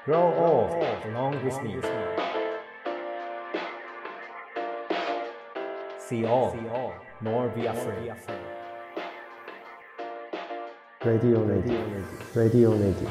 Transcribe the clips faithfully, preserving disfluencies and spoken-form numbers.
Grow old along with me. See all, nor be afraid. Radio Native Radio Native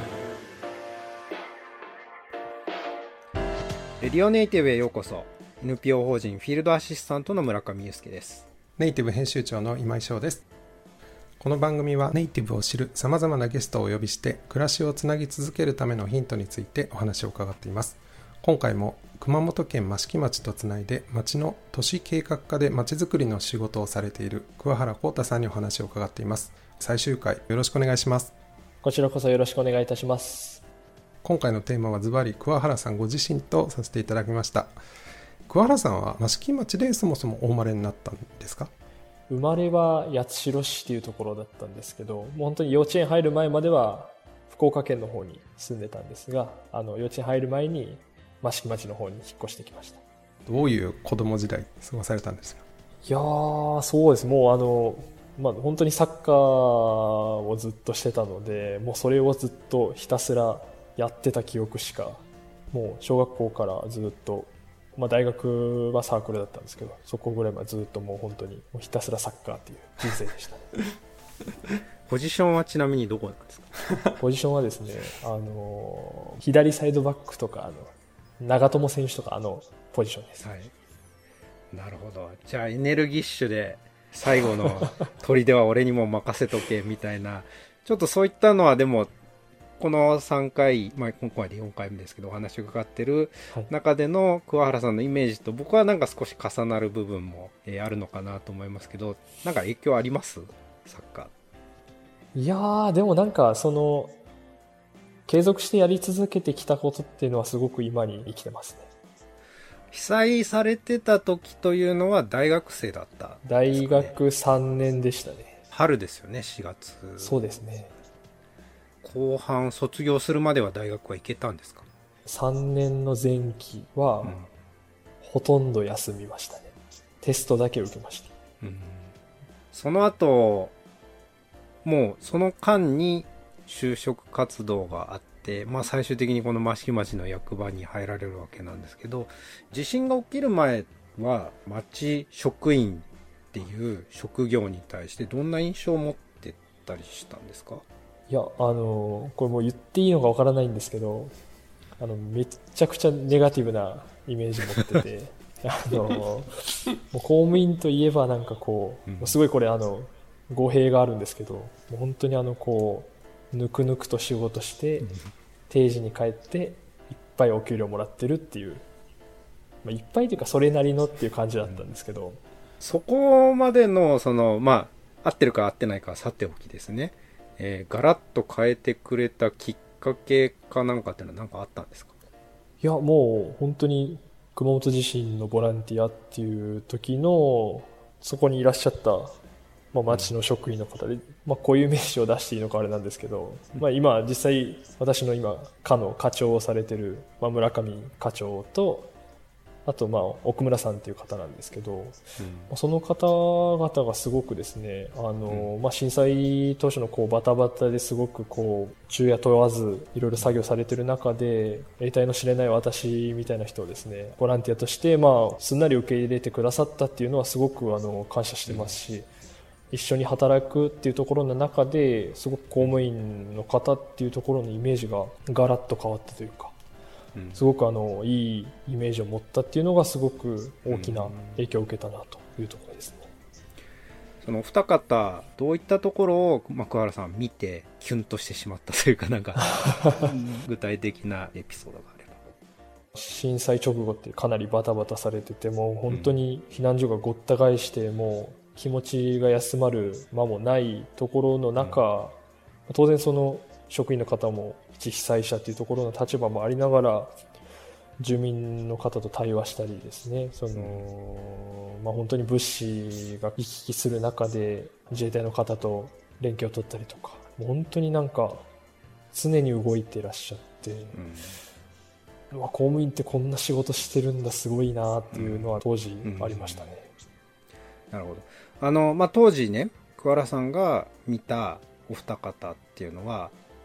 レディオネイティブへようこそ。 エヌピーオー 法人フィールドアシスタントの村上祐介です。 ネイティブ編集長の今井翔です。この番組はネイティブを知るさまざまなゲストをお呼びして暮らしをつなぎ続けるためのヒントについてお話を伺っています。今回も熊本県益城町とつないで町の都市計画課で町づくりの仕事をされている桑原浩太さんにお話を伺っています。最終回よろしくお願いします。 こちらこそよろしくお願いいたします。 今回のテーマはズバリ桑原さんご自身とさせていただきました。桑原さんは益城町でそもそもお生まれになったんですか？ 生まれは八代市っていうところだったんですけど、もう本当に幼稚園入る前までは福岡県の方に住んでたんですが、あの幼稚園入る前に益城町の方に引っ越してきました。 どういう子供時代過ごされたんですか？ いやー、そうです。もうあの、まあ、本当にサッカーをずっとしてたので、もうそれをずっとひたすらやってた記憶しか、もう小学校からずっと、まあ、大学はサークルだったんですけど、そこぐらいまでずっともう本当にもうひたすらサッカーっていう人生でした、ね、 ポジションはちなみにどこなんですか？ ポジションはですね、あの左サイドバックとかあの長友選手とかあのポジションです、 はい、なるほど。じゃあエネルギッシュで最後の砦は俺にも任せとけみたいなちょっとそういったのはでもこのさんかい、まあ、今回でよんかいめですけどお話を伺ってる中での桑原さんのイメージと僕はなんか少し重なる部分も、えー、あるのかなと思いますけど、なんか影響あります？サッカー。いやー、でもなんかその継続してやり続けてきたことっていうのはすごく今に生きてますね。 被災されてた時というのは大学生だったんですかね？ 大学さんねんでしたね。 春ですよね、しがつ。 そうですね。 後半卒業するまでは大学は行けたんですか？ さんねんの前期は、うん、ほとんど休みましたね。テストだけ受けました、 うん、その後もうその間に就職活動があって、まあ、最終的にこの益城町の役場に入られるわけなんですけど、地震が起きる前は町職員っていう職業に対してどんな印象を持ってたりしたんですか？ いや、あのこれもう言っていいのかわからないんですけど、あのめちゃくちゃネガティブなイメージ持っててあのもう公務員といえばなんかこう、うん、すごいこれあの語弊があるんですけど、もう本当にあのこうぬくぬくと仕事して、うん、定時に帰っていっぱいお給料もらってるっていう、まあ、いっぱいというかそれなりのっていう感じだったんですけど、うん、 そこまでのそのまあ合ってるか合ってないかはさておきですね、えー、ガラッと変えてくれたきっかけかなんかっていうのは何かあったんですか？ いや、もう本当に熊本地震のボランティアっていう時のそこにいらっしゃった、まあ、町の職員の方で、うん、まあ、こういう名詞を出していいのかあれなんですけど、まあ、今実際私の今課の課長をされてる、まあ、村上課長とあとまあ奥村さんっていう方なんですけど、うん、その方々がすごくですね、あの、うんまあ、震災当初のこうバタバタですごくこう昼夜問わずいろいろ作業されている中で、永代の知れない私みたいな人をですねボランティアとしてまあすんなり受け入れてくださったっていうのはすごくあの感謝してますし、うん、一緒に働くっていうところの中ですごく公務員の方っていうところのイメージがガラッと変わったというか、すごくあのいいイメージを持ったっていうのがすごく大きな影響を受けたなというところですね。 そのお二方どういったところを桑原さん見てキュンとしてしまったというか、なんか具体的なエピソードがあれば。 震災直後ってかなりバタバタされてて、もう本当に避難所がごった返してもう気持ちが休まる間もないところの中、うん、当然その職員の方も一被災者というところの立場もありながら住民の方と対話したりですね、その、まあ、本当に物資が行き来する中で自衛隊の方と連携を取ったりとか、もう本当になんか常に動いていらっしゃって、うん、公務員ってこんな仕事してるんだ、すごいなっていうのは当時ありましたね。 うんうん、なるほど。あの、まあ、当時ね桑原さんが見たお二方っていうのは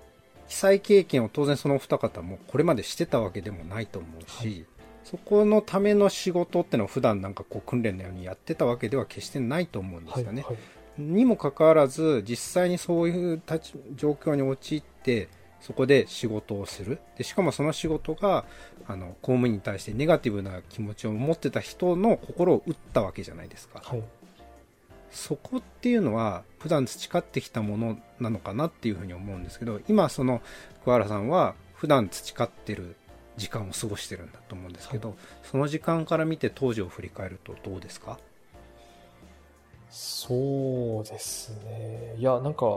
被災経験を当然そのお二方もこれまでしてたわけでもないと思うし、はい、そこのための仕事ってのを普段なんかこう訓練のようにやってたわけでは決してないと思うんですよね、はいはい、にもかかわらず実際にそういう立ち状況に陥ってそこで仕事をする。でしかもその仕事があの公務員に対してネガティブな気持ちを持ってた人の心を打ったわけじゃないですか、はい、そこっていうのは普段培ってきたものなのかなっていうふうに思うんですけど、今その桑原さんは普段培ってる時間を過ごしてるんだと思うんですけど、はい、その時間から見て当時を振り返るとどうですか？ そうですね、いやなんか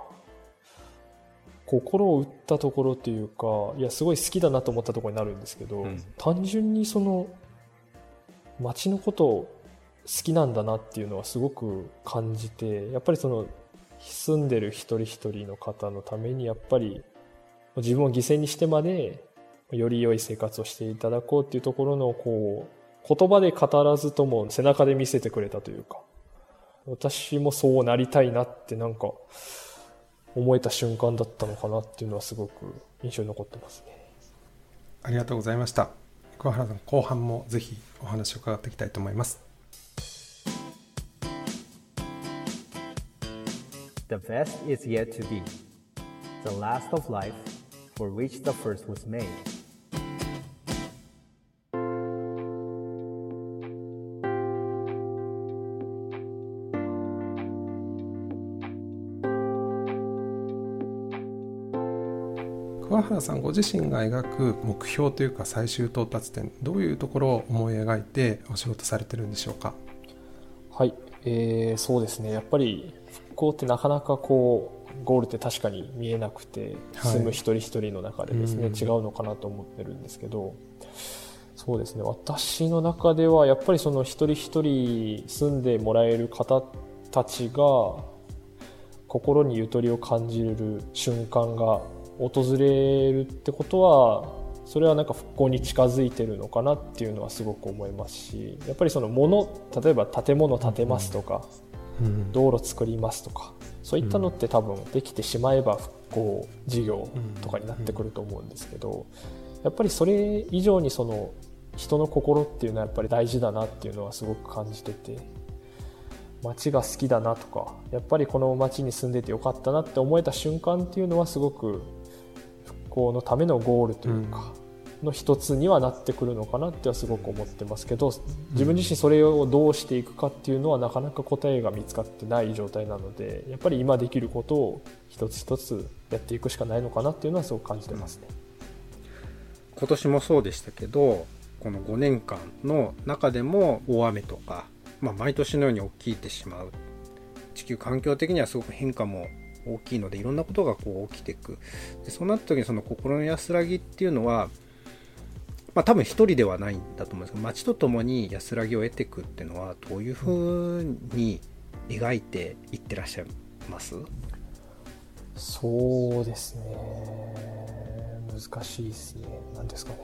心を打ったところっていうか、いやすごい好きだなと思ったところになるんですけど、うん、単純にその街のことを好きなんだなっていうのはすごく感じて、やっぱりその住んでる一人一人の方のためにやっぱり自分を犠牲にしてまでより良い生活をしていただこうっていうところのこう言葉で語らずとも背中で見せてくれたというか、私もそうなりたいなってなんか思えた瞬間だったのかなっていうのはすごく印象に残ってますね。 ありがとうございました。桑原さん、後半もぜひお話を伺っていきたいと思います。 The best is yet to be, the last of life for which the first was made. 桑原さんご自身が描く目標というか最終到達点、どういうところを思い描いてお仕事されてるんでしょうか？ はい、えー、そうですね、やっぱり復興ってなかなかこうゴールって確かに見えなくて、はい、住む一人一人の中でですね、うん、違うのかなと思ってるんですけど、そうですね、私の中ではやっぱりその一人一人住んでもらえる方たちが心にゆとりを感じる瞬間が訪れるってことは、それはなんか復興に近づいてるのかなっていうのはすごく思いますし、やっぱりそのもの、例えば建物建てますとか、うん、道路作りますとか、そういったのって多分できてしまえば復興事業とかになってくると思うんですけど、やっぱりそれ以上にその人の心っていうのはやっぱり大事だなっていうのはすごく感じてて、街が好きだなとか、やっぱりこの街に住んでてよかったなって思えた瞬間っていうのはすごく復興のためのゴールというかの一つにはなってくるのかなってはすごく思ってますけど、自分自身それをどうしていくかっていうのはなかなか答えが見つかってない状態なので、やっぱり今できることを一つ一つやっていくしかないのかなっていうのはすごく感じてますね。 今年もそうでしたけど、このごねんかんの中でも大雨とか、まあ、毎年のように起きてしまう、地球環境的にはすごく変化も大きいので、いろんなことがこう起きていく。でそうなった時にその心の安らぎっていうのは、まあ、多分一人ではないんだと思うんですけど、街とともに安らぎを得ていくっていうのはどういうふうに描いていってらっしゃいます？ そうですね、難しいですね。何ですかね、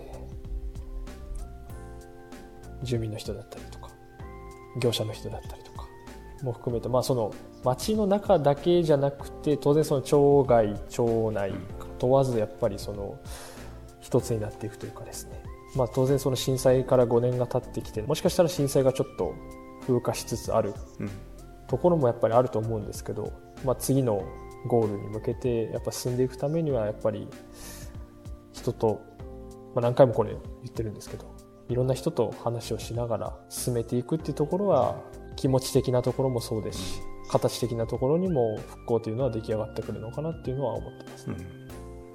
住民の人だったりとか業者の人だったりとかも含めて、まあ、その街の中だけじゃなくて、当然その町外町内問わずやっぱりその一つになっていくというかですね、まあ、当然その震災からごねんが経ってきて、もしかしたら震災がちょっと風化しつつあるところもやっぱりあると思うんですけど、まあ、次のゴールに向けてやっぱ進んでいくためにはやっぱり人と、まあ、何回もこれ言ってるんですけど、いろんな人と話をしながら進めていくっていうところは、気持ち的なところもそうですし、形的なところにも復興というのは出来上がってくるのかなっていうのは思ってますね。うん、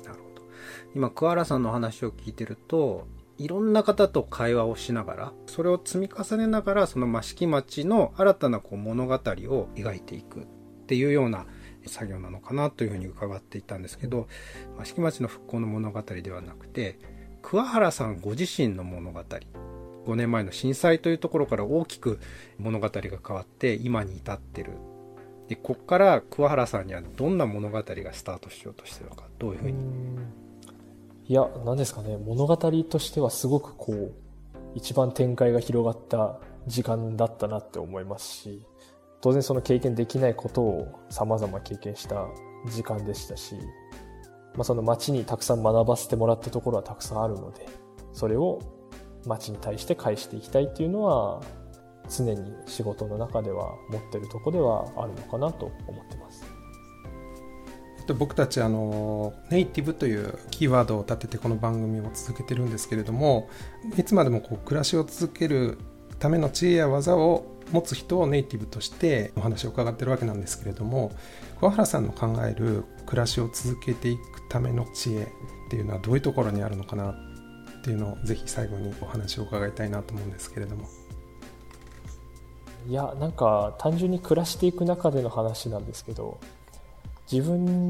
なるほど。今桑原さんの話を聞いてると、いろんな方と会話をしながら、それを積み重ねながら、その益城町の新たなこう物語を描いていくっていうような作業なのかなというふうに伺っていたんですけど、益城町の復興の物語ではなくて、桑原さんご自身の物語、ごねんまえの震災というところから大きく物語が変わって今に至ってる。で、ここから桑原さんにはどんな物語がスタートしようとしてるのか、どういうふうに？ いや、何ですかね、物語としてはすごくこう一番展開が広がった時間だったなって思いますし、当然その経験できないことを様々経験した時間でしたし、 まあ、その街にたくさん学ばせてもらったところはたくさんあるので、それを街に対して返していきたいっていうのは常に仕事の中では持ってるところではあるのかなと思ってます。 えっと、僕たちあのネイティブというキーワードを立ててこの番組を続けてるんですけれども、いつまでもこう暮らしを続けるための知恵や技を持つ人をネイティブとしてお話を伺ってるわけなんですけれども、桑原さんの考える暮らしを続けていくための知恵っていうのはどういうところにあるのかなっていうのをぜひ最後にお話を伺いたいなと思うんですけれども。 いや、なんか単純に暮らしていく中での話なんですけど、自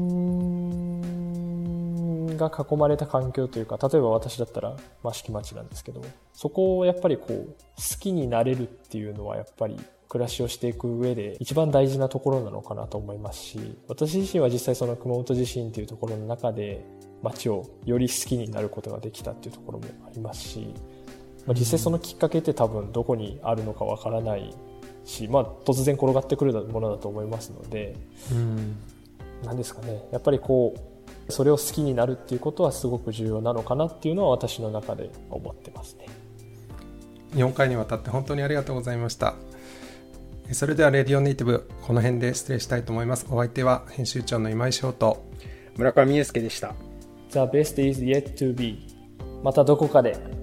分が囲まれた環境というか、例えば私だったら益城町なんですけど、そこをやっぱりこう好きになれるっていうのはやっぱり暮らしをしていく上で一番大事なところなのかなと思いますし、私自身は実際その熊本地震というところの中で町をより好きになることができたっていうところもありますし、まあ、実際そのきっかけって多分どこにあるのかわからないし、まあ、突然転がってくるものだと思いますので、うんなんですかね、やっぱりこうそれを好きになるっていうことはすごく重要なのかなっていうのは私の中で思ってますね。 よんかいにわたって本当にありがとうございました。それではレディオネイティブこの辺で失礼したいと思います。お相手は編集長の今井翔と村上裕介でした。 The best is yet to be。 またどこかで。